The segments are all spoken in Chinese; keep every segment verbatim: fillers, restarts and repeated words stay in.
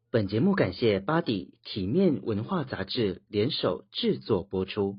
本节目感谢巴迪体面文化杂志联手制作播出。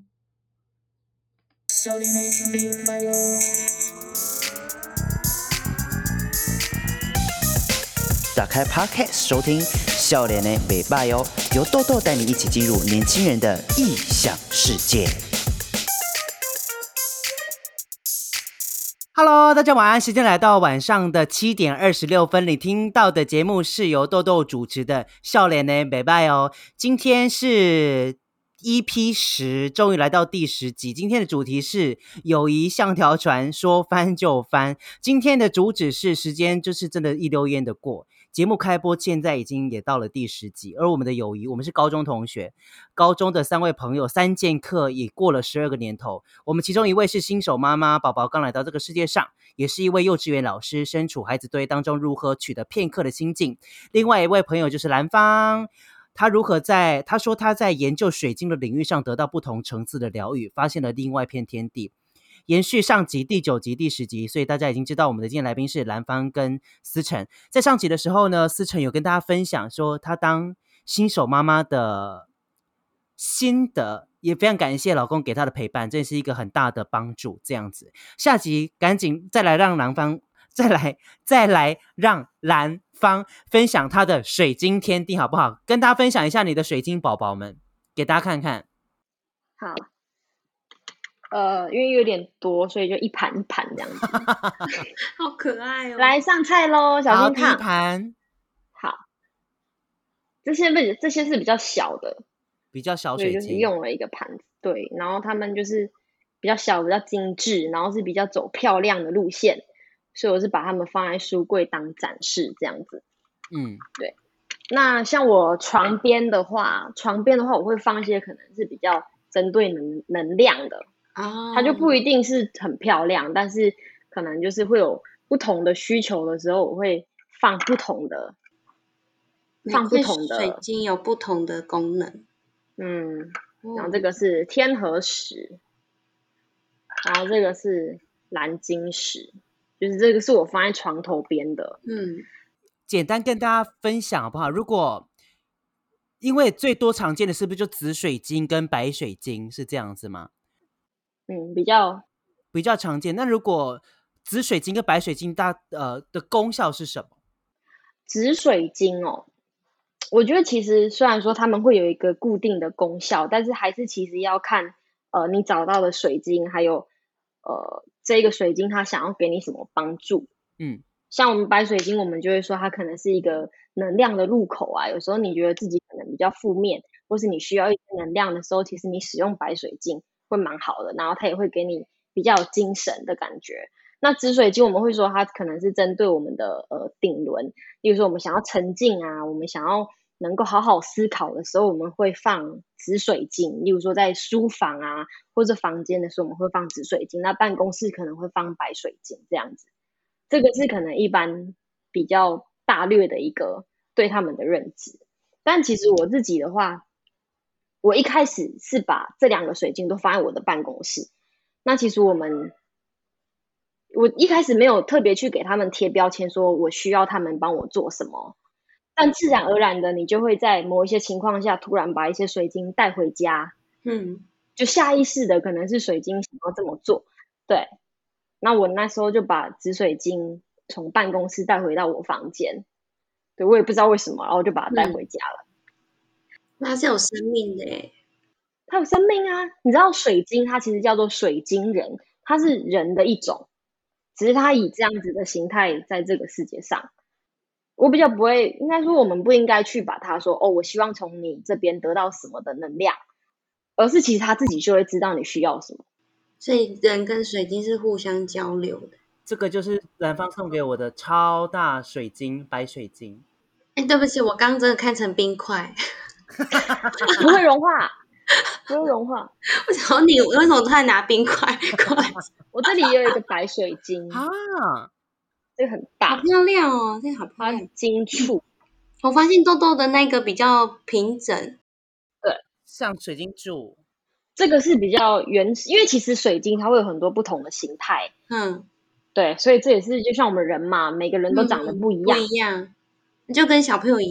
打开 Podcast 收听笑脸的北拜哦，由豆豆带你一起进入年轻人的异想世界。Hello， 大家晚安，时间来到晚上的七点二十六分，你听到的节目是由豆豆主持的笑脸的北拜哦。今天是 E P 十，终于来到第十集。今天的主题是友谊像条船，说翻就翻。今天的主旨是时间就是真的一溜烟的过。节目开播现在已经也到了第十集，而我们的友谊，我们是高中同学，高中的三位朋友，三剑客也过了十二个年头。我们其中一位是新手妈妈，宝宝刚来到这个世界上，也是一位幼稚园老师，身处孩子堆当中如何取得片刻的心境。另外一位朋友就是兰芳，他如何在他说他在研究水晶的领域上得到不同层次的疗愈，发现了另外一片天地。延续上集第九集第十集，所以大家已经知道我们的今天来宾是兰芳跟思成。在上集的时候呢，思成有跟大家分享说他当新手妈妈的心得，也非常感谢老公给他的陪伴，这是一个很大的帮助。这样子，下集赶紧再来让兰芳再来再来让兰芳分享他的水晶天地好不好？跟大家分享一下你的水晶宝宝们，给大家看看。 好。呃，因为有点多，所以就一盘一盘这样子。 好可爱哦！ 来上菜咯，小心烫。 好，第一盘。 好，这些不这些是比较小的， 比较小水晶， 就是用了一个盘子，对，然后他们就是比较小，比较精致，然后是比较走漂亮的路线，所以我是把它们放在书柜当展示这样子。 嗯， 对。那像我床边的话，床边的话我会放一些可能是比较针对能能量的。 哦， 它就不一定是很漂亮，但是可能就是会有不同的需求的时候，我会放不同的，放不同的水晶有不同的功能。 嗯，然后这个是天河石，然后这个是蓝晶石，就是这个是我放在床头边的。 嗯， 简单跟大家分享好不好？如果因为最多常见的是不是就紫水晶跟白水晶是这样子吗？ 嗯，比较比较常见。那如果紫水晶跟白水晶大呃的功效是什么？ 紫水晶哦，我觉得其实虽然说他们会有一个固定的功效，但是还是其实要看呃你找到的水晶，还有呃这个水晶它想要给你什么帮助。 嗯， 像我们白水晶，我们就会说它可能是一个能量的入口啊。有时候你觉得自己可能比较负面，或是你需要一些能量的时候，其实你使用白水晶会蛮好的，然后它也会给你比较有精神的感觉。那紫水晶我们会说它可能是针对我们的呃顶轮，例如说我们想要沉静啊，我们想要能够好好思考的时候，我们会放紫水晶。例如说在书房啊或者房间的时候，我们会放紫水晶，那办公室可能会放白水晶这样子。这个是可能一般比较大略的一个对他们的认知。但其实我自己的话，我一开始是把这两个水晶都放在我的办公室。那其实我们我一开始没有特别去给他们贴标签说我需要他们帮我做什么，但自然而然的你就会在某一些情况下突然把一些水晶带回家。 嗯， 就下意识的可能是水晶想要这么做。对，那我那时候就把紫水晶从办公室带回到我房间。对，我也不知道为什么，然后我就把它带回家了。 那它是有生命的耶。 它有生命啊！你知道水晶它其实叫做水晶人，它是人的一种，只是它以这样子的形态在这个世界上。我比较不会，应该说我们不应该去把它说哦，我希望从你这边得到什么的能量，而是其实他自己就会知道你需要什么。 所以人跟水晶是互相交流的。 这个就是兰芳送给我的超大水晶，白水晶。 哎，对不起，我刚刚真的看成冰块。 不会融化，不会融化。 为什么你为什么突然拿冰块过来？ 我这里也有一个白水晶啊， 这个很大， 好漂亮哦，这个好漂它亮。 晶簇。 我发现豆豆的那个比较平整。 对， 像水晶柱。 这个是比较原始，因为其实水晶它会有很多不同的形态。 嗯， 对，所以这也是就像我们人嘛，每个人都长得不一样。 嗯、不一样，就跟小朋友一样。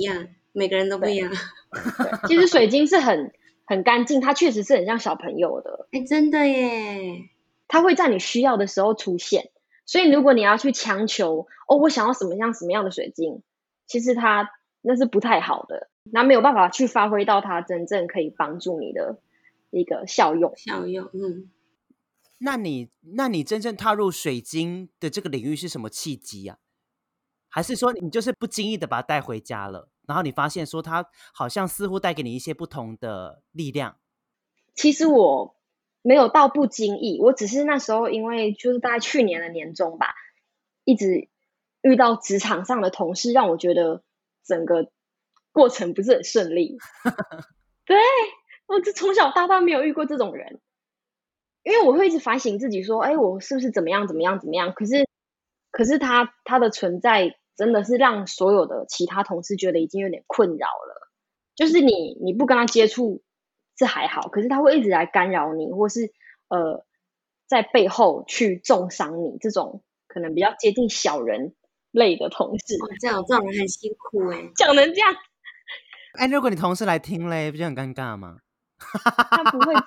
每个人都不一样。 对，其实水晶是很很干净，它确实是很像小朋友的。 哎，真的耶！ 它会在你需要的时候出现，所以如果你要去强求哦，我想要什么样什么样的水晶，其实它那是不太好的，那没有办法去发挥到它真正可以帮助你的一个效用。 效用，嗯。 那你那你真正踏入水晶的这个领域是什么契机啊？还是说你就是不经意的把它带回家了，然后你发现说它好像似乎带给你一些不同的力量？ 其实我没有到不经意，我只是那时候因为就是大概去年的年中吧，一直遇到职场上的同事，让我觉得整个过程不是很顺利。对，我从小到大没有遇过这种人，因为我会一直反省自己说，哎，我是不是怎么样怎么样怎么样？可是，可是他他的存在真的是让所有的其他同事觉得已经有点困扰了。就是你你不跟他接触是还好，可是他会一直来干扰你，或是呃在背后去重伤你，这种可能比较接近小人类的同事。 哦，这种这种人很辛苦哎， 讲成这样。 哎，如果你同事来听嘞，不就很尴尬吗？ 他不会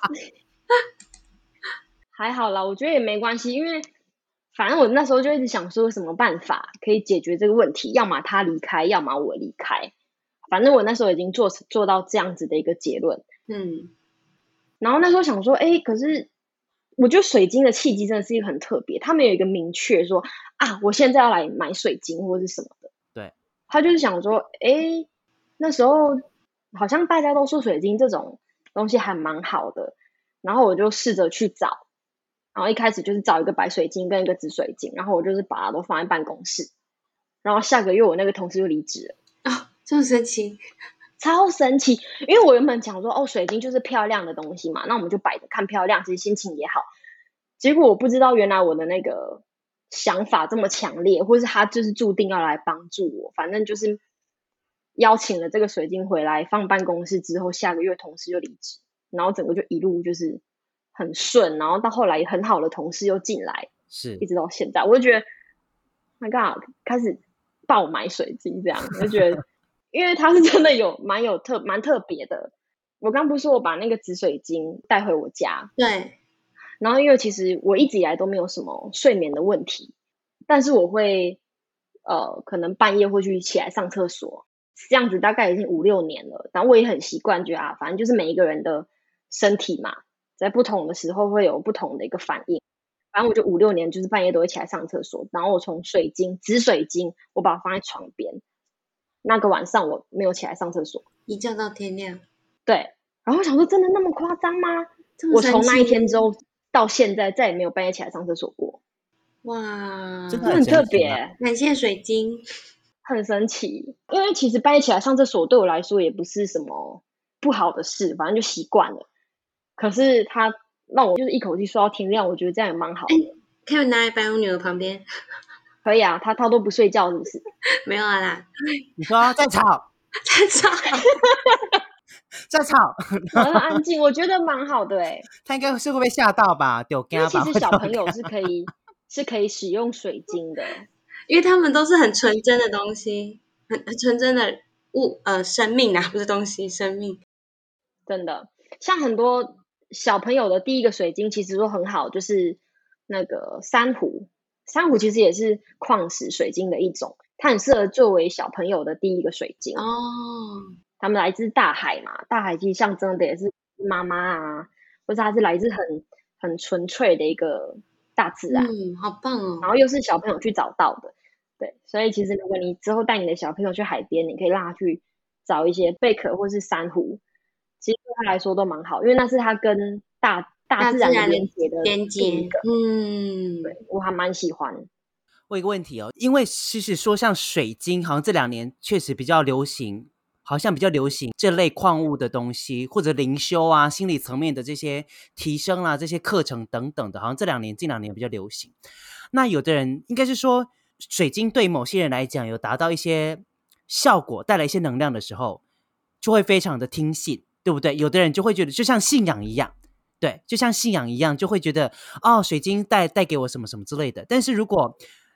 还好啦，我觉得也没关系，因为反正我那时候就一直想说有什么办法可以解决这个问题，要么他离开，要么我离开。反正我那时候已经做做到这样子的一个结论。 嗯， 然后那时候想说，哎，可是我觉得水晶的契机真的是一个很特别，他们有一个明确说啊，我现在要来买水晶或是什么的。 对， 他就是想说，哎，那时候好像大家都说水晶这种东西还蛮好的，然后我就试着去找，然后一开始就是找一个白水晶跟一个紫水晶，然后我就是把它都放在办公室，然后下个月我那个同事就离职了。 哦，这么神奇， 超神奇！因为我原本讲说，哦，水晶就是漂亮的东西嘛，那我们就摆着看漂亮，其实心情也好。结果我不知道，原来我的那个想法这么强烈，或是他就是注定要来帮助我。反正就是邀请了这个水晶回来放办公室之后，下个月同事就离职，然后整个就一路就是很顺，然后到后来很好的同事又进来， 是一直到现在，我就觉得 ，My God，开始爆买水晶这样，我就觉得。因为它是真的有蛮有特蛮特别的。我刚不是说我把那个紫水晶带回我家， 对， 然后因为其实我一直以来都没有什么睡眠的问题，但是我会呃可能半夜会去起来上厕所，这样子大概已经五六年了，然后我也很习惯，觉得啊，反正就是每一个人的身体嘛，在不同的时候会有不同的一个反应。反正我就五六年就是半夜都会起来上厕所，然后我从水晶紫水晶我把它放在床边。那个晚上我没有起来上厕所， 一觉到天亮。 对，然后我想说，真的那么夸张吗？我从那一天之后到现在再也没有半夜起来上厕所过。 哇， 真的很特别， 感谢水晶， 很神奇。因为其实半夜起来上厕所对我来说也不是什么不好的事，反正就习惯了。可是它让我就是一口气睡到天亮，我觉得这样也蛮好的。 欸、可以拿来摆我女儿旁边。 可以啊，他他都不睡觉是不是？ 没有啊啦， 你说在吵， 在吵， 在吵， 很安静，我觉得蛮好的哎、欸。 他应该是会被吓到吧？丢因为其实小朋友是可以是可以使用水晶的， 因为他们都是很纯真的东西，很很纯真的物呃生命啊，不是东西，生命。 真的，像很多小朋友的第一个水晶其实都很好，就是那个珊瑚。珊瑚其实也是矿石水晶的一种，它很适合作为小朋友的第一个水晶。 哦， 它们来自大海嘛，大海其实象征的也是妈妈啊，或者它是来自很很纯粹的一个大自然。 嗯，好棒哦。 然后又是小朋友去找到的，对，所以其实如果你之后带你的小朋友去海边，你可以让他去找一些贝壳或是珊瑚，其实对他来说都蛮好，因为那是他跟大大自然的连接的连接，嗯， 对，我还蛮喜欢。 我有一个问题哦，因为其实说像水晶，好像这两年确实比较流行，好像比较流行这类矿物的东西，或者灵修啊、心理层面的这些提升啊、这些课程等等的，好像这两年近两年比较流行。那有的人应该是说，水晶对某些人来讲有达到一些效果，带来一些能量的时候，就会非常的听信，对不对？有的人就会觉得就像信仰一样。对，就像信仰一样，就会觉得哦，水晶带带给我什么什么之类的。但是如果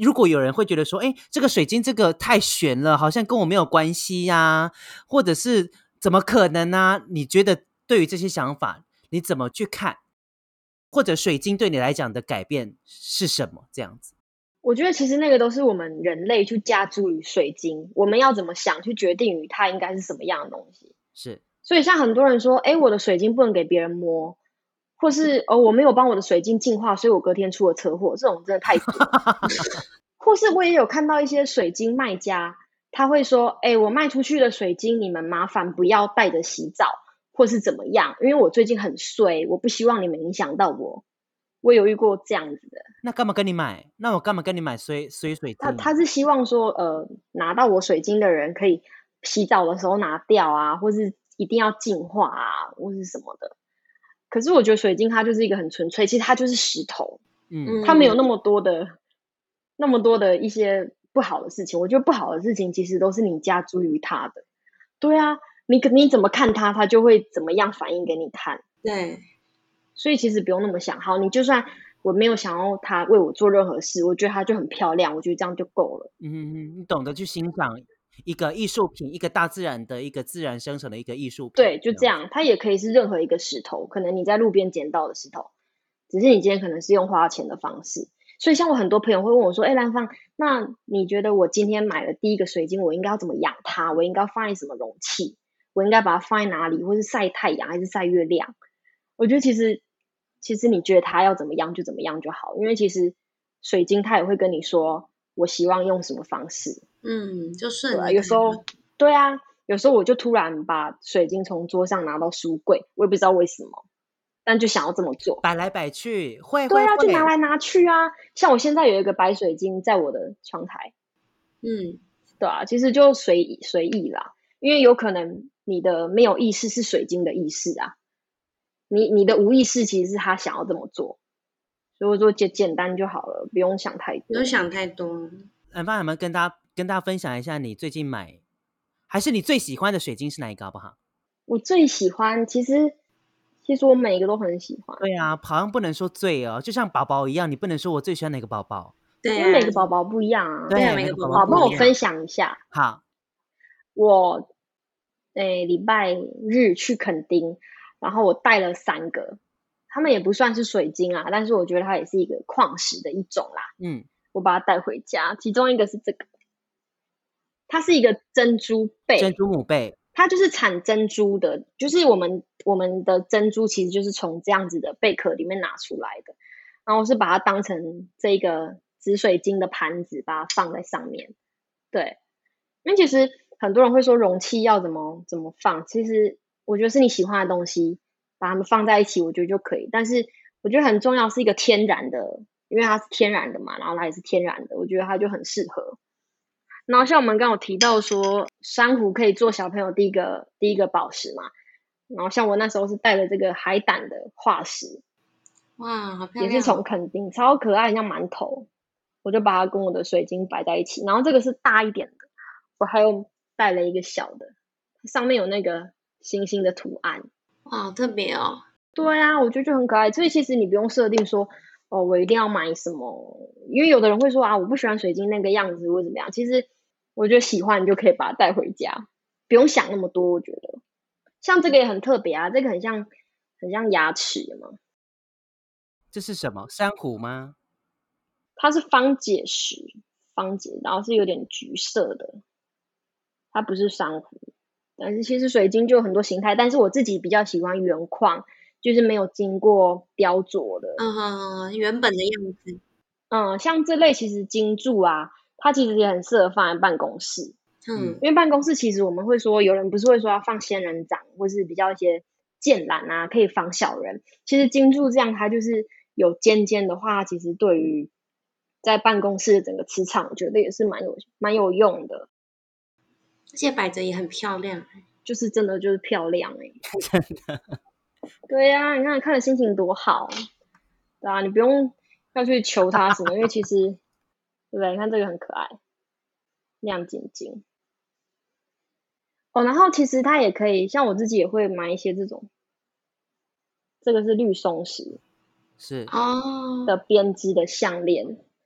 如果有人会觉得说，哎，这个水晶这个太玄了，好像跟我没有关系呀、啊，或者是怎么可能呢、啊？你觉得对于这些想法，你怎么去看？或者水晶对你来讲的改变是什么？这样子， 我觉得其实那个都是我们人类去加诸于水晶，我们要怎么想去决定于它应该是什么样的东西。 是， 所以像很多人说，哎，我的水晶不能给别人摸，或是哦我没有帮我的水晶净化，所以我隔天出了车祸，这种真的太多了。或是我也有看到一些水晶卖家，他会说，哎，我卖出去的水晶，你们麻烦不要带着洗澡，或是怎么样，因为我最近很衰，我不希望你们影响到我。我有遇过这样子的。 那干嘛跟你买？那我干嘛跟你买水水水晶？ 他他是希望说，呃，拿到我水晶的人可以洗澡的时候拿掉啊，或是一定要净化啊，或是什么的。可是我觉得水晶它就是一个很纯粹，其实它就是石头， 嗯， 它没有那么多的那么多的一些不好的事情。我觉得不好的事情其实都是你加诸于它的。对啊，你你怎么看它，它就会怎么样反应给你看。 对， 所以其实不用那么想，好，你就算我没有想要它为我做任何事，我觉得它就很漂亮，我觉得这样就够了。 嗯嗯，你懂得去欣赏一个艺术品，一个大自然的一个自然生成的一个艺术品。 对，就这样，它也可以是任何一个石头，可能你在路边捡到的石头，只是你今天可能是用花钱的方式。所以像我很多朋友会问我说，哎，兰芳，那你觉得我今天买了第一个水晶，我应该要怎么养它？我应该放在什么容器？我应该把它放在哪里？或是晒太阳还是晒月亮？我觉得其实其实你觉得它要怎么样就怎么样就好，因为其实水晶它也会跟你说我希望用什么方式。 嗯，就顺对啊， 着有时候对啊，有时候我就突然把水晶从桌上拿到书柜，我也不知道为什么，但就想要这么做。 摆来摆去，会对啊， 会会就拿来拿去啊。像我现在有一个白水晶在我的窗台， 嗯， 对啊，其实就随意随意啦，因为有可能你的没有意识是水晶的意识啊，你你的无意识其实是他想要这么做，所以我说简简单就好了，不用想太多。 不用想太多。 兰芳有没有跟大家跟大家分享一下你最近买，还是你最喜欢的水晶是哪一个好不好？ 我最喜欢，其实其实我每一个都很喜欢。 对啊，好像不能说最哦，就像宝宝一样，你不能说我最喜欢哪个宝宝。 对啊， 因为每个宝宝不一样啊。 对啊， 对， 每个宝宝好， 宝不一样。 帮我分享一下。 好， 我诶礼拜日去垦丁，然后我带了三个，他们也不算是水晶啊，但是我觉得它也是一个矿石的一种啦。 嗯， 我把它带回家，其中一个是这个，它是一个珍珠贝， 珍珠母贝， 它就是产珍珠的，就是我们我们的珍珠其实就是从这样子的贝壳里面拿出来的，然后我是把它当成这个紫水晶的盘子，把它放在上面。对，因为其实很多人会说容器要怎么怎么放，其实我觉得是你喜欢的东西，把它们放在一起，我觉得就可以。但是我觉得很重要是一个天然的，因为它是天然的嘛，然后它也是天然的，我觉得它就很适合。然后像我们刚刚有提到说，珊瑚可以做小朋友第一个第一个宝石嘛，然后像我那时候是带了这个海胆的化石， 哇，好漂亮！ 也是从垦丁，超可爱，像馒头，我就把它跟我的水晶摆在一起。然后这个是大一点的，我还有带了一个小的，上面有那个星星的图案。 哇，好特别哦。 对啊，我觉得就很可爱。所以其实你不用设定说，哦，我一定要买什么，因为有的人会说啊，我不喜欢水晶那个样子或怎么样。其实我觉得喜欢你就可以把它带回家，不用想那么多。我觉得像这个也很特别啊，这个很像很像牙齿嘛。 这是什么？珊瑚吗？ 它是方解石，方解，然后是有点橘色的，它不是珊瑚。但是其实水晶就有很多形态，但是我自己比较喜欢原矿，就是没有经过雕琢的。 嗯哼，原本的样子。 嗯，像这类其实晶柱啊，它其实也很适合放在办公室。 嗯， 因为办公室其实我们会说，有人不是会说要放仙人掌，或是比较一些剑兰啊，可以防小人。其实晶柱这样，它就是有尖尖的话，其实对于在办公室的整个磁场，我觉得也是蛮有蛮有用的。 而且摆着也很漂亮， 就是真的就是漂亮哎、 欸，真的。 对呀、啊，你看看的心情多好，对啊，你不用要去求它什么，因为其实对不对？你看这个很可爱，亮晶晶。哦，然后其实它也可以，像我自己也会买一些这种，这个是绿松石， 是哦的编织的项链。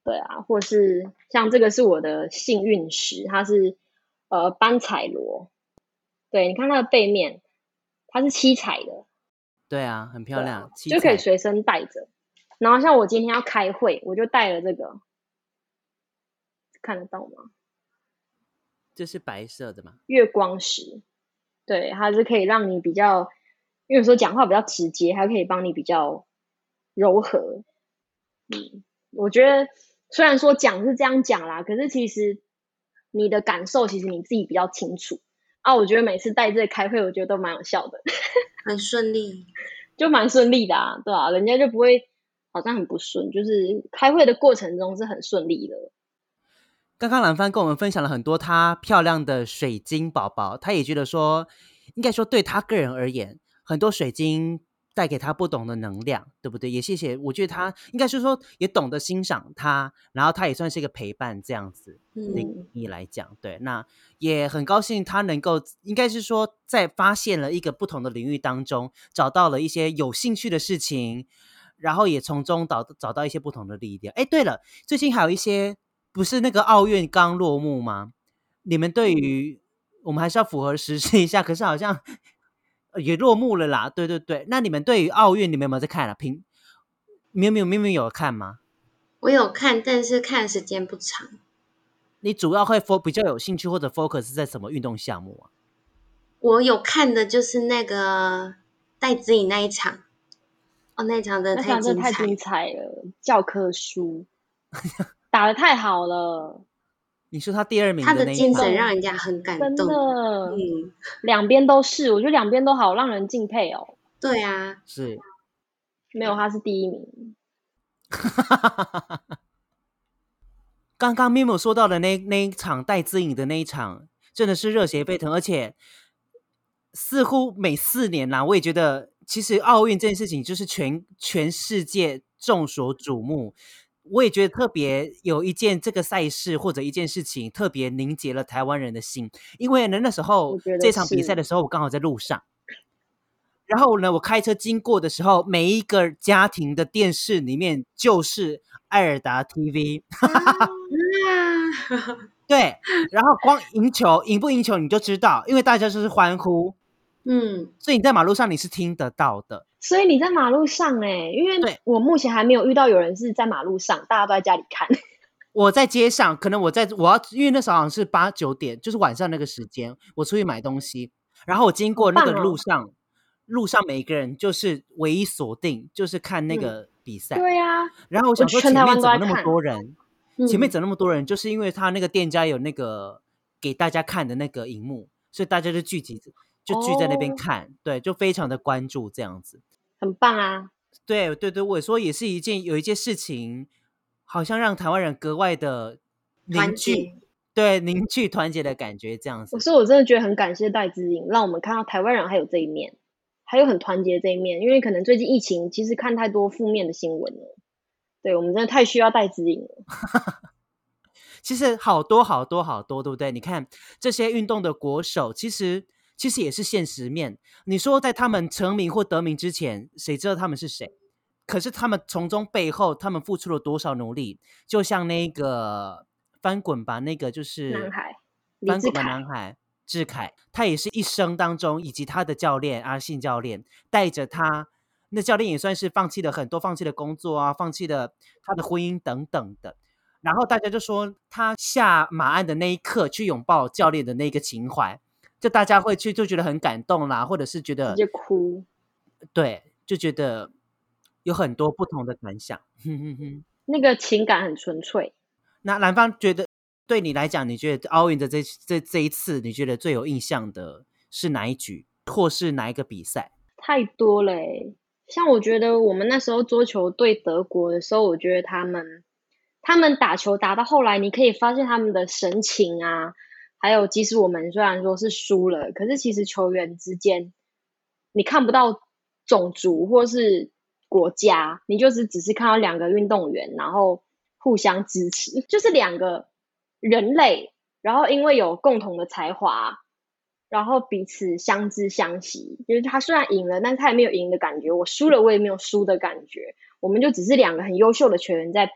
对啊，或是像这个是我的幸运石，它是呃斑彩螺，对，你看它的背面，它是七彩的， 对啊，很漂亮， 啊、 七彩就可以随身带着。然后像我今天要开会，我就带了这个，看得到吗？ 这是白色的嘛？ 月光石，对，它是可以让你比较，因为有时候讲话比较直接，还可以帮你比较柔和。嗯，我觉得虽然说讲是这样讲啦，可是其实你的感受其实你自己比较清楚啊。我觉得每次带这个开会，我觉得都蛮有效的， 很顺利， 就蛮顺利的啊，对啊，人家就不会好像很不顺，就是开会的过程中是很顺利的。 刚刚兰帆跟我们分享了很多她漂亮的水晶宝宝，她也觉得说，应该说对她个人而言，很多水晶带给她不同的能量，对不对？也谢谢，我觉得她应该是说也懂得欣赏她，然后她也算是一个陪伴这样子的意义来讲，对，那也很高兴她能够，应该是说在发现了一个不同的领域当中，找到了一些有兴趣的事情，然后也从中找找到一些不同的力量。哎，对了，最近还有一些。不是那个奥运刚落幕吗？你们对于我们还是要符合时事一下，可是好像也落幕了啦。对对对，那你们对于奥运你们有没有在看啊？平明明明明有看吗？ 我有看，但是看时间不长。 你主要会 fo 比较有兴趣或者 focus 在什么运动项目啊？ 我有看的就是那个戴资颖那一场，哦，那一场真的太精彩， 太精彩了，教科书打得太好了。 你说他第二名的那一场，他的精神让人家很感动， 真的， 嗯， 两边都是，我觉得两边都好让人敬佩哦。 对啊， 是， 没有他是第一名。 刚刚 Mimo 说到的那那一场戴资颖的那一场，真的是热血沸腾，而且似乎每四年啦，我也觉得其实奥运这件事情就是全全世界众所瞩目。我也觉得特别有一件这个赛事或者一件事情特别凝结了台湾人的心，因为呢那时候这场比赛的时候我刚好在路上，然后呢我开车经过的时候，每一个家庭的电视里面就是爱尔达 T V 对，然后光赢球赢不赢球你就知道，因为大家就是欢呼， 嗯， 所以你在马路上你是听得到的。 所以你在马路上哎、欸，因为我目前还没有遇到有人是在马路上，大家都在家里看。 我在街上，可能我在我要，因为那时候好像是八九点，就是晚上那个时间，我出去买东西，然后我经过那个路上，哦、路上每一个人就是唯一锁定就是看那个比赛。 嗯、对啊， 然后我想说前面怎么那么多人？前面怎么那么多人？就是因为他那个店家有那个给大家看的那个荧幕，所以大家就聚集就聚在那边看，哦、对，就非常的关注这样子， 很棒啊！ 对对对，我说也是一件有一件事情。好像让台湾人格外的凝聚，对凝聚团结的感觉，这样子。 所以我真的觉得很感谢戴资颖，让我们看到台湾人还有这一面，还有很团结这一面。因为可能最近疫情，其实看太多负面的新闻了。对，我们真的太需要戴资颖了。 其实好多好多好多，对不对？你看这些运动的国手，其实其实也是现实面。你说在他们成名或得名之前，谁知道他们是谁？可是他们从中背后，他们付出了多少努力？就像那个翻滚吧，那个就是男孩， 翻滚吧男孩志凯，他也是一生当中，以及他的教练阿信教练带着他，那教练也算是放弃了很多，放弃了工作啊，放弃了他的婚姻等等的。然后大家就说他下马鞍的那一刻去拥抱教练的那个情怀，就大家会去就觉得很感动啦，或者是觉得直接哭， 对，就觉得。有很多不同的感想， 那个情感很纯粹。 那兰芳觉得，对你来讲，你觉得奥运的这这这一次，你觉得最有印象的是哪一局，或是哪一个比赛？ 太多了欸，像我觉得我们那时候桌球对德国的时候，我觉得他们他们打球打到后来，你可以发现他们的神情啊，还有即使我们虽然说是输了，可是其实球员之间你看不到种族或是国家，你就是只是看到两个运动员，然后互相支持，就是两个人类，然后因为有共同的才华，然后彼此相知相惜。就是他虽然赢了，但是他也没有赢的感觉，我输了我也没有输的感觉，我们就只是两个很优秀的球员在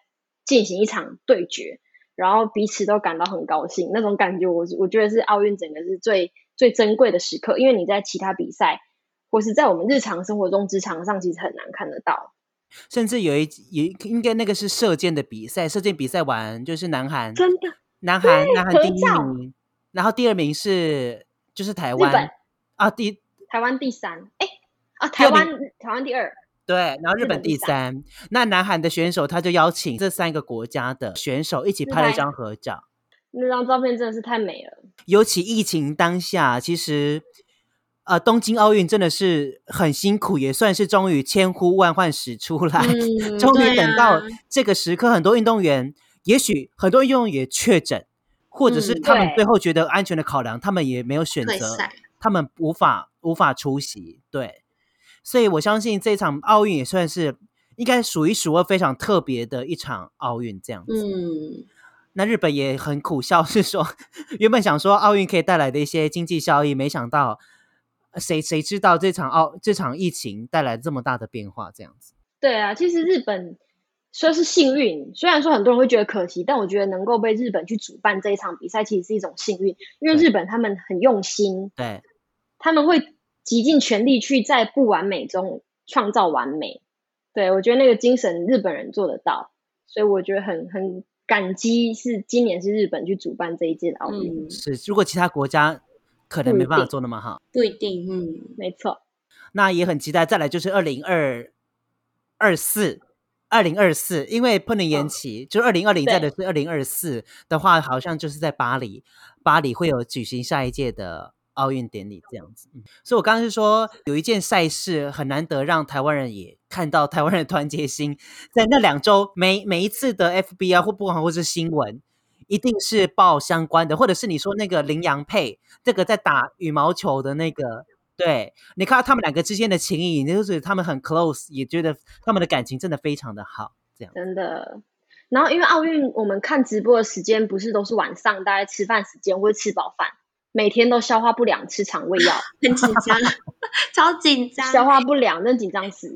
进行一场对决，然后彼此都感到很高兴，那种感觉我我觉得是奥运整个是最最珍贵的时刻，因为你在其他比赛或是在我们日常生活中职场上其实很难看得到。 甚至有一也应该那个是射箭的比赛，射箭比赛完就是南韩， 真的， 南韩南韩第一合照名，然后第二名是就是台湾日本啊，第台湾第三，哎啊，台湾台湾第二， 对，然后日本第日本第三。那南韩的选手他就邀请这三个国家的选手一起拍了一张合照， 那张照片真的是太美了。 尤其疫情当下，其实呃，东京奥运真的是很辛苦，也算是终于千呼万唤始出来， 嗯终于对啊等到这个时刻，很多运动员，也许很多运动员也确诊，或者是嗯对他们最后觉得安全的考量，他们也没有选择， 退赛， 他们无法无法出席，对，所以我相信这场奥运也算是应该数一数二非常特别的一场奥运这样子。 嗯， 那日本也很苦笑，是说原本想说奥运可以带来的一些经济效益，没想到谁谁知道这场奥这场疫情带来这么大的变化，这样子。 对啊，其实日本说是幸运，虽然说很多人会觉得可惜，但我觉得能够被日本去主办这一场比赛，其实是一种幸运，因为对日本他们很用心， 对， 他们会极尽全力去在不完美中创造完美。对，我觉得那个精神日本人做得到，所以我觉得很很感激是今年是日本去主办这一届的奥运。 嗯， 是如果其他国家可能没办法做那么好， 不一定，嗯， 没错， 那也很期待。再来就是二零二二四。二零二四，因为不能延期，哦、就二零二零在的是二零二四的话，好像就是在巴黎，巴黎会有举行下一届的奥运典礼这样子。嗯、所以我刚刚是说，有一件赛事很难得让台湾人也看到台湾人的团结心，在那两周每每一次的 F B 啊，或不管或是新闻，一定是报相关的，或者是你说那个林洋配，这个在打羽毛球的那个。对，你看到他们两个之间的情谊，就是他们很 close， 也觉得他们的感情真的非常的好，这样真的。然后因为奥运，我们看直播的时间不是都是晚上，大概吃饭时间或者吃饱饭，每天都消化不良，吃肠胃药， 很紧张，超紧张， 消化不良，真紧张死。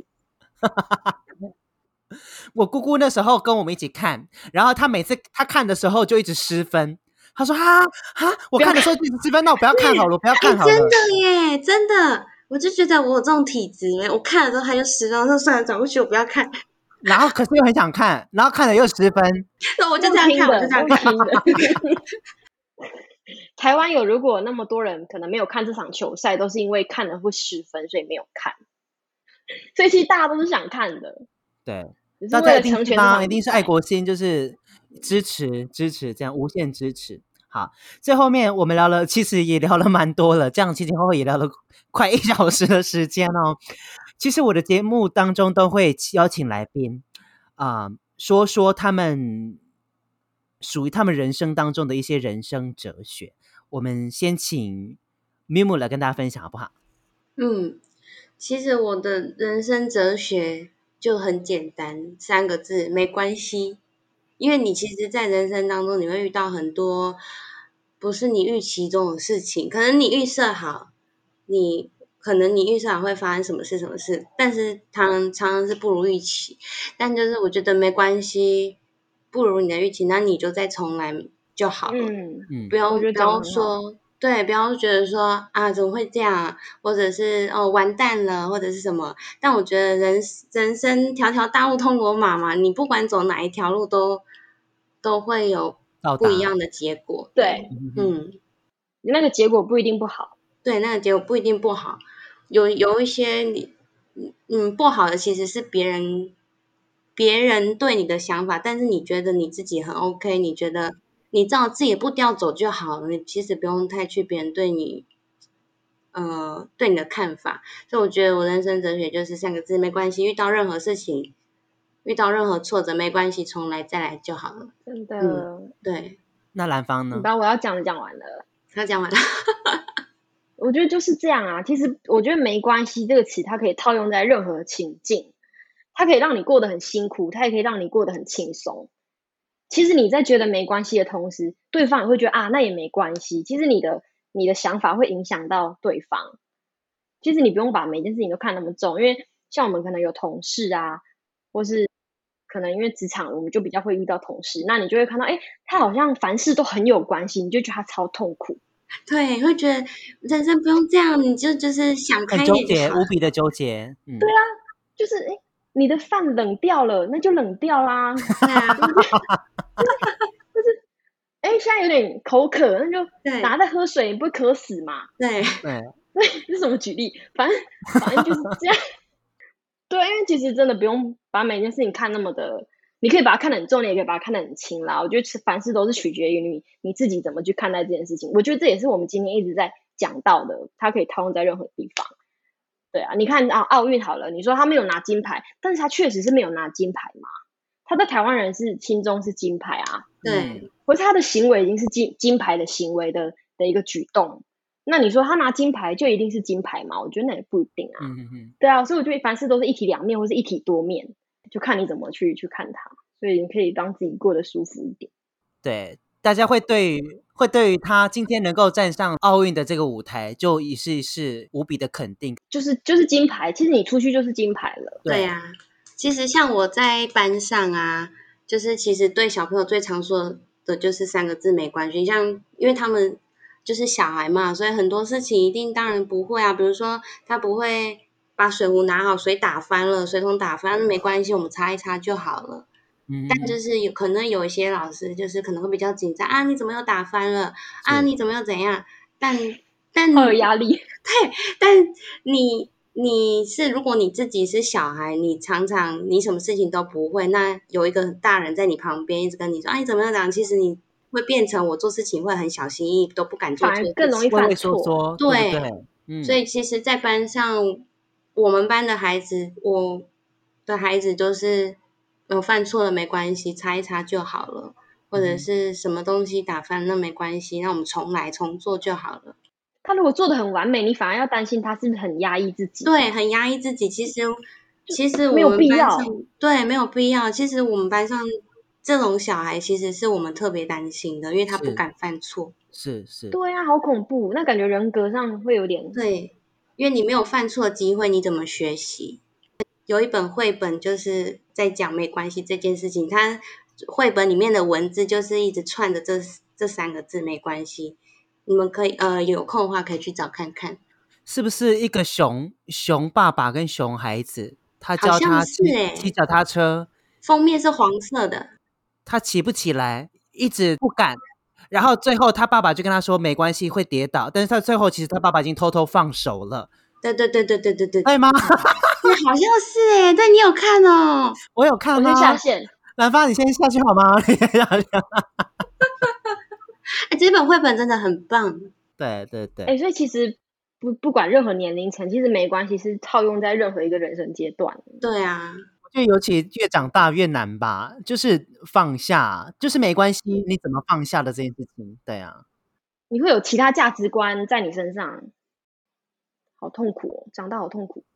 我姑姑那时候跟我们一起看，然后她每次她看的时候就一直失分。他说哈哈，我看的时候一直失分，那我不要看好了，我不要看好了。 欸、真的耶，真的，我就觉得我有这种体质，我看了之后他就失分，我说算了，转过去我不要看。 然后可是又很想看，然后看了又失分， 那我就这样看，我就这样看。 台湾有如果那么多人可能没有看这场球赛，都是因为看了会失分，所以没有看。所以其实大家都是想看的， 对， 大家一定是一定是爱国心，就是支持支持，这样无限支持。好，最后面我们聊了，其实也聊了蛮多了，这样前前后后也聊了快一小时的时间哦。其实我的节目当中都会邀请来宾啊、呃，说说他们属于他们人生当中的一些人生哲学。我们先请 Mimu 来跟大家分享好不好？ 嗯，其实我的人生哲学就很简单，三个字，没关系。因为你其实在人生当中你会遇到很多不是你预期中的事情，可能你预设好你可能你预设好会发生什么事什么事，但是常常是不如预期，但就是我觉得没关系，不如你的预期，那你就再重来就好了。 嗯， 不要不要说对，不要觉得说啊怎么会这样，或者是哦完蛋了，或者是什么。但我觉得人人生条条大路通罗马嘛，你不管走哪一条路都都会有不一样的结果。 对， 嗯， 那个结果不一定不好。 对，那个结果不一定不好，有有一些你嗯不好的其实是别人别人对你的想法，但是你觉得你自己很 OK， 你觉得你照自己的步调走就好了，你其实不用太去别人对你呃对你的看法。所以我觉得我人生哲学就是三个字，没关系，遇到任何事情遇到任何挫折没关系，重来再来就好了。 真的、 嗯、对。 那兰芳呢？ 你把我要讲的讲完了。 他讲完了我觉得就是这样啊，其实我觉得没关系这个词它可以套用在任何情境，它可以让你过得很辛苦，它也可以让你过得很轻松。其实你在觉得没关系的同时，对方也会觉得啊那也没关系，其实你的你的想法会影响到对方。其实你不用把每件事情都看那么重，因为像我们可能有同事啊，或是可能因为职场我们就比较会遇到同事，那你就会看到，哎，他好像凡事都很有关系，你就觉得他超痛苦。 对，会觉得人生不用这样，你就就是想很纠开一点就结， 好。 无比的纠结。嗯， 对啊，就是哎，你的饭冷掉了，那就冷掉啦。 对啊， 就是哎，现在有点口渴，那就对拿着喝水，你不会渴死嘛？ 对对， 对，这是什么举例？反正反正就是这样。对，因为其实真的不用把每件事情看那么的，你可以把它看得很重，你也可以把它看得很轻啦。我觉得凡事都是取决于你你自己怎么去看待这件事情。我觉得这也是我们今天一直在讲到的，它可以套用在任何地方。对啊，你看啊，奥运好了，你说他没有拿金牌，但是他确实是没有拿金牌嘛。他在台湾人是心中是金牌啊， 对， 或是他的行为已经是金金牌的行为的的一个举动。那你说他拿金牌就一定是金牌吗？我觉得那也不一定啊。 嗯嗯嗯， 对啊，所以我觉得凡事都是一体两面，或是一体多面，就看你怎么去去看它。所以你可以让自己过得舒服一点。 对，大家会对于会对于他今天能够站上奥运的这个舞台，就已是是无比的肯定。 就是就是金牌，其实你出去就是金牌了。 对啊，其实像我在班上啊，就是其实对小朋友最常说的就是三个字没关系。像因为他们就是小孩嘛，所以很多事情一定当然不会啊。比如说他不会把水壶拿好，水打翻了，水桶打翻没关系，我们擦一擦就好了。 嗯， 但就是有可能有一些老师就是可能会比较紧张啊，你怎么又打翻了啊？你怎么又怎样？但但好有压力。 对，但你你是如果你自己是小孩，你常常你什么事情都不会，那有一个大人在你旁边一直跟你说，啊，你怎么样讲？其实你会变成我做事情会很小心翼翼，都不敢做反错事情， 而更容易畏畏缩犯错。 缩， 对对不对？嗯， 所以其实，在班上，我们班的孩子，我的孩子都是有犯错了没关系，擦一擦就好了，或者是什么东西打翻那没关系，那我们重来重做就好了。 他如果做的很完美，你反而要担心他是不是很压抑自己。 对，很压抑自己。其实，其实没有我们班必要上对没有必要。其实我们班上这种小孩，其实是我们特别担心的，因为他不是敢犯错。 是是， 对啊，好恐怖，那感觉人格上会有点。 对，因为你没有犯错的机会，你怎么学习？有一本绘本就是在讲没关系这件事情，它绘本里面的文字就是一直串着这这三个字没关系。你们可以呃有空的话可以去找看看， 是不是一个熊熊爸爸跟熊孩子，他好像是教他骑欸骑脚踏车， 封面是黄色的， 他骑不起来，一直不敢。然后最后他爸爸就跟他说没关系，会跌倒。但是他最后其实他爸爸已经偷偷放手了， 对对对对对对对， 对吗？ 对，好像是哎，对你有看哦？ 我有看我先啊。 下线。 兰芳，你先下去好吗？你先下去哎，这本绘本真的很棒。 对对对， 哎，所以其实不不管任何年龄层，其实没关系，是套用在任何一个人生阶段。 对啊， 我觉得尤其越长大越难吧，就是放下，就是没关系，你怎么放下的这件事情，对啊。 你会有其他价值观在你身上，好痛苦哦，长大好痛苦。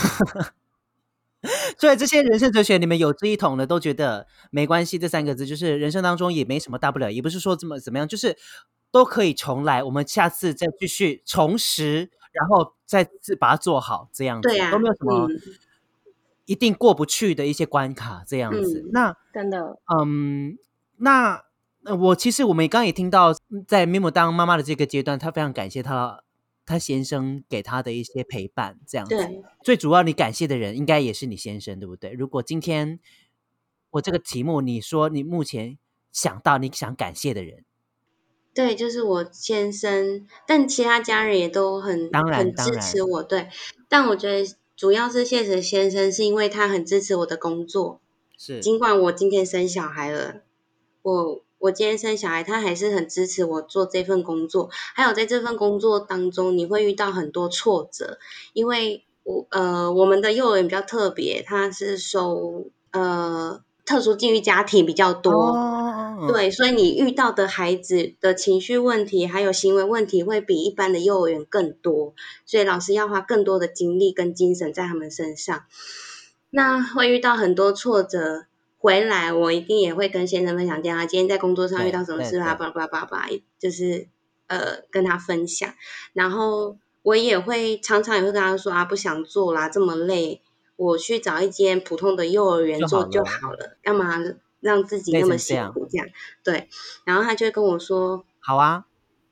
所以这些人生哲学，你们有志一同的都觉得没关系，这三个字就是人生当中也没什么大不了，也不是说怎么怎么样，就是都可以重来，我们下次再继续重拾，然后再次把它做好，这样子对啊， 都没有什么嗯一定过不去的一些关卡，这样子。 嗯那真的。 嗯，那呃我其实我们刚刚也听到，在 Mimo 当妈妈的这个阶段，她非常感谢她她先生给她的一些陪伴，这样子。 对， 最主要你感谢的人应该也是你先生，对不对？如果今天我这个题目，你说你目前想到你想感谢的人， 对，就是我先生，但其他家人也都很当然很支当然持我，对。但我觉得主要是谢谢先生，是因为他很支持我的工作， 是尽管我今天生小孩了，我我今天生小孩，他还是很支持我做这份工作。还有在这份工作当中，你会遇到很多挫折，因为我呃我们的幼儿园比较特别，它是收呃特殊境遇家庭比较多。 哦， 对，所以你遇到的孩子的情绪问题还有行为问题会比一般的幼儿园更多，所以老师要花更多的精力跟精神在他们身上。那会遇到很多挫折，回来我一定也会跟先生分享掉他今天在工作上遇到什么事啊， 对对巴拉巴拉巴拉巴拉，就是呃跟他分享。然后我也会常常也会跟他说啊，不想做啦，这么累， 我去找一间普通的幼儿园做就好了，干嘛让自己那么辛苦这样？对，然后他就会跟我说， 好啊。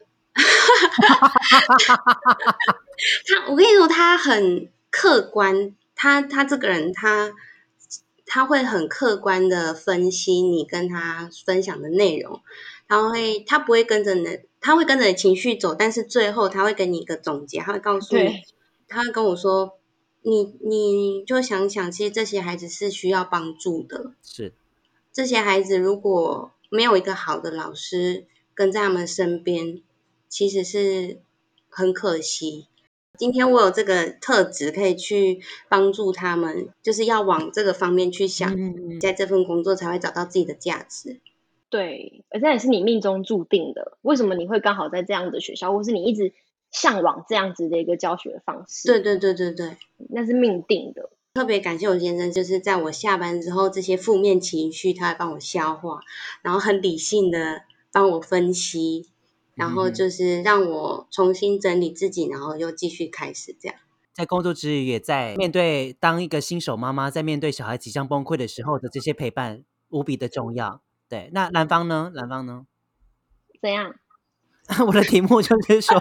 他，我跟你说，他很客观，他他这个人，他他会很客观的分析你跟他分享的内容，他会他不会跟着你，他会跟着你情绪走，但是最后他会给你一个总结，他会告诉你，他会跟我说，你你就想想，其实这些孩子是需要帮助的， 是这些孩子如果没有一个好的老师跟在他们身边，其实是很可惜。今天我有这个特质可以去帮助他们，就是要往这个方面去想， 嗯、 在这份工作才会找到自己的价值。 对，而且也是你命中注定的。为什么你会刚好在这样的学校，或是你一直向往这样子的一个教学方式？ 对对对对对， 那是命定的。 特别感谢我先生，就是在我下班之后，这些负面情绪他会帮我消化，然后很理性的帮我分析，然后就是让我重新整理自己，然后又继续开始这样。 在工作之余，也在面对当一个新手妈妈，在面对小孩即将崩溃的时候的这些陪伴，无比的重要。对，那兰芳呢？兰芳呢？ 怎样？ 我的题目就是说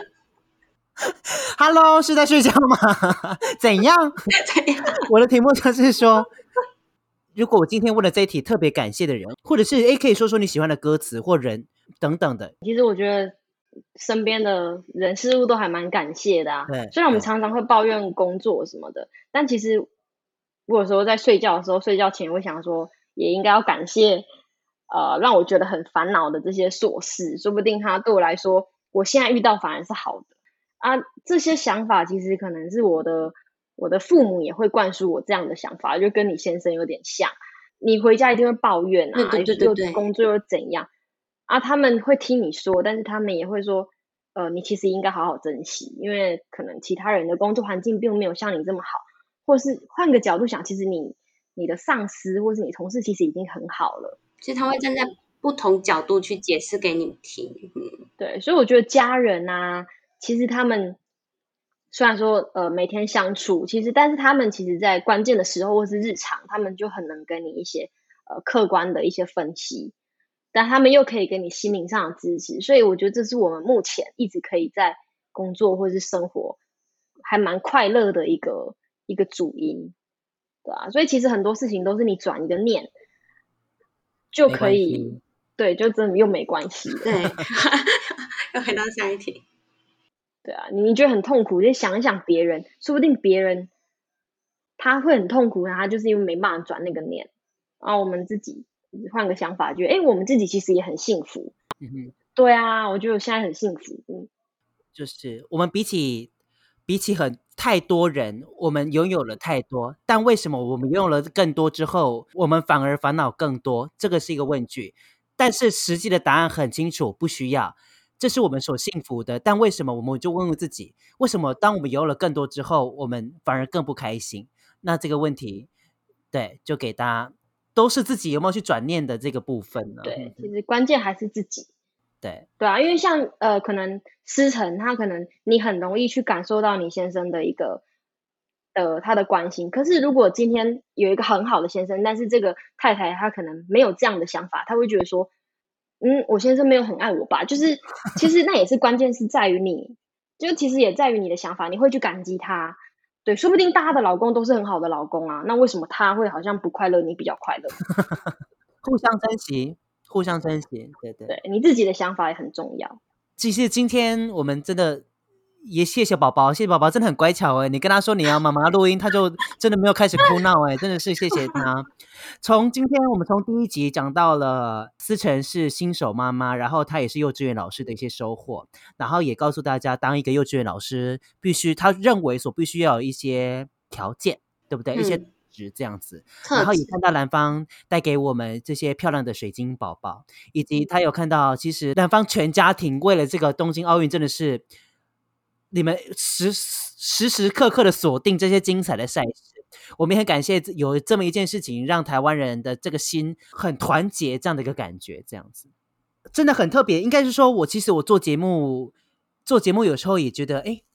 ，Hello， 是在睡觉吗？怎样？我的题目就是说，如果我今天问了这一题特别感谢的人，或者是诶可以说说你喜欢的歌词或人等等的。 其实我觉得身边的人事物都还蛮感谢的啊。虽然我们常常会抱怨工作什么的，但其实我有时候在睡觉的时候，睡觉前我会想说，也应该要感谢呃让我觉得很烦恼的这些琐事，说不定它对我来说，我现在遇到反而是好的啊。这些想法其实可能是我的我的父母也会灌输我这样的想法，就跟你先生有点像。你回家一定会抱怨啊， 对对对对， 又工作又怎样啊？他们会听你说，但是他们也会说，呃，你其实应该好好珍惜，因为可能其他人的工作环境并没有像你这么好，或是换个角度想，其实你你的上司或是你同事其实已经很好了。 其实他会站在不同角度去解释给你听。嗯， 对，所以我觉得家人啊，其实他们虽然说呃每天相处，其实但是他们其实在关键的时候或是日常，他们就很能跟你一些呃客观的一些分析，但他们又可以给你心灵上的支持，所以我觉得这是我们目前一直可以在工作或是生活还蛮快乐的一个一个主因，对啊，所以其实很多事情都是你转一个念就可以，对，就真的又没关系。 对，又回到下一题。 对啊，你觉得很痛苦，就想一想别人，说不定别人他会很痛苦，他就是因为没办法转那个念，然后我们自己换个想法，觉得哎，我们自己其实也很幸福。嗯哼，对啊，我觉得我现在很幸福。嗯， 就是我们比起比起很太多人，我们拥有了太多，但为什么我们拥有了更多之后，我们反而烦恼更多？这个是一个问句，但是实际的答案很清楚，不需要。这是我们所幸福的，但为什么我们就问问自己，为什么当我们有了更多之后，我们反而更不开心？那这个问题，对，就给大家都是自己有没有去转念的这个部分呢？ 对，其实关键还是自己。 对对啊，因为像呃，可能思成他可能你很容易去感受到你先生的一个呃他的关心，可是如果今天有一个很好的先生，但是这个太太她可能没有这样的想法，她会觉得说，嗯，我先生没有很爱我吧？就是其实那也是关键是在于你，就其实也在于你的想法，你会去感激他。对，说不定大家的老公都是很好的老公啊，那为什么他会好像不快乐，你比较快乐？ 互相珍惜，互相珍惜，对对， 对，你自己的想法也很重要。 其实今天我们真的也谢谢宝宝，谢谢宝宝真的很乖巧哎，你跟他说你要妈妈录音，他就真的没有开始哭闹哎，真的是谢谢他。从今天我们从第一集讲到了思成是新手妈妈，然后她也是幼稚园老师的一些收获，然后也告诉大家当一个幼稚园老师必须他认为所必须要有一些条件，对不对？嗯、一些值这样子，然后也看到兰芳带给我们这些漂亮的水晶宝宝，以及他有看到其实兰芳全家庭为了这个东京奥运真的是你们时时时刻刻的锁定这些精彩的赛事。我们也很感谢有这么一件事情让台湾人的这个心很团结，这样的一个感觉，这样子真的很特别。应该是说我其实我做节目做节目有时候也觉得哎，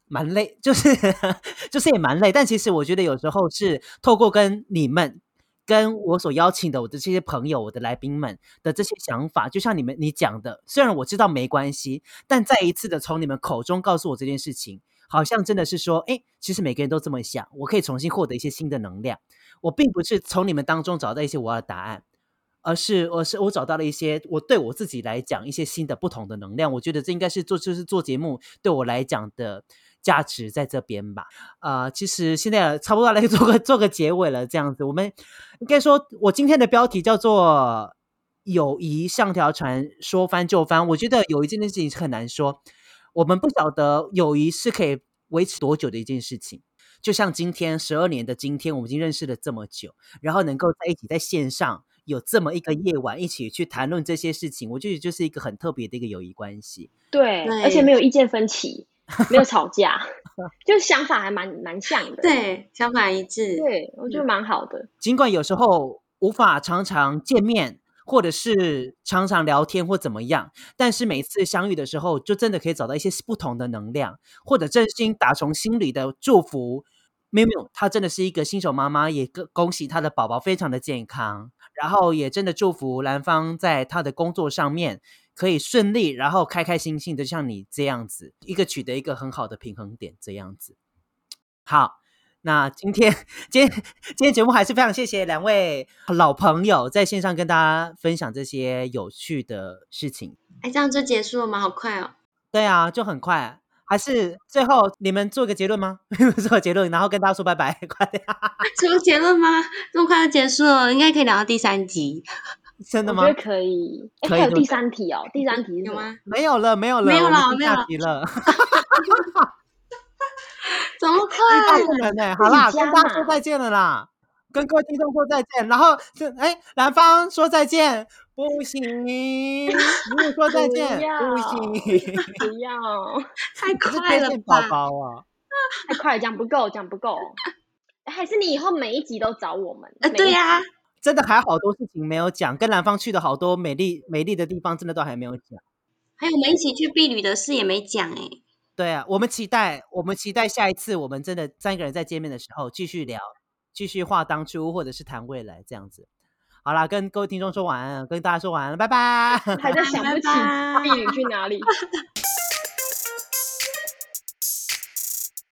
蛮累，就是就是也蛮累，但其实我觉得有时候是透过跟你们跟我所邀请的我的这些朋友我的来宾们的这些想法，就像你们你讲的，虽然我知道没关系，但再一次的从你们口中告诉我这件事情，好像真的是说诶其实每个人都这么想，我可以重新获得一些新的能量，我并不是从你们当中找到一些我要的答案，而是而是我找到了一些我对我自己来讲一些新的不同的能量，我觉得这应该是做就是做节目对我来讲的价值在这边吧。呃，其实现在差不多来做个做个结尾了，这样子，我们应该说，我今天的标题叫做“友谊像条船，说翻就翻”。我觉得友谊这件事情是很难说，我们不晓得友谊是可以维持多久的一件事情。就像今天十二年的今天，我们已经认识了这么久，然后能够在一起在线上有这么一个夜晚一起去谈论这些事情，我觉得就是一个很特别的一个友谊关系。 对， 对而且没有意见分歧，没有吵架，就想法还蛮蛮像的。 对，想法一致。 对，我觉得蛮好的。 尽管有时候无法常常见面，或者是常常聊天或怎么样，但是每次相遇的时候，就真的可以找到一些不同的能量，或者真心打从心里的祝福。没有没有，她真的是一个新手妈妈，也恭喜她的宝宝非常的健康，然后也真的祝福兰芳在她的工作上面可以顺利，然后开开心心的像你这样子，一个取得一个很好的平衡点这样子。好，那今天今天今天节目还是非常谢谢两位老朋友在线上跟大家分享这些有趣的事情。 哎，这样就结束了吗？好快哦。 对啊，就很快。还是最后你们做个结论吗？做个结论，然后跟大家说拜拜，快点。 什么结论吗？这么快就结束了，应该可以聊到第三集。 真的吗？ 我觉得可以。哎，还有第三题哦，第三题是什么？ 没有了，没有了， 没有了， 没有了。 怎么快？ 不能呢？好啦，跟大家说再见了啦，跟各位听众说再见。然后，哎，兰芳说再见。不行，你说再见，不行， 不要， 太快了吧！ 宝宝啊， 太快，讲不够，讲不够。还是你以后每一集都找我们？ 呃，对呀、啊， 真的还有好多事情没有讲，跟兰芳去的好多美丽美丽的地方，真的都还没有讲。 还有我们一起去避旅的事也没讲哎。 对啊，我们期待，我们期待下一次我们真的三个人再见面的时候，继续聊，继续话当初，或者是谈未来这样子。好啦，跟各位听众说晚安，跟大家说晚安了，拜拜。 还在想不起避旅去哪里。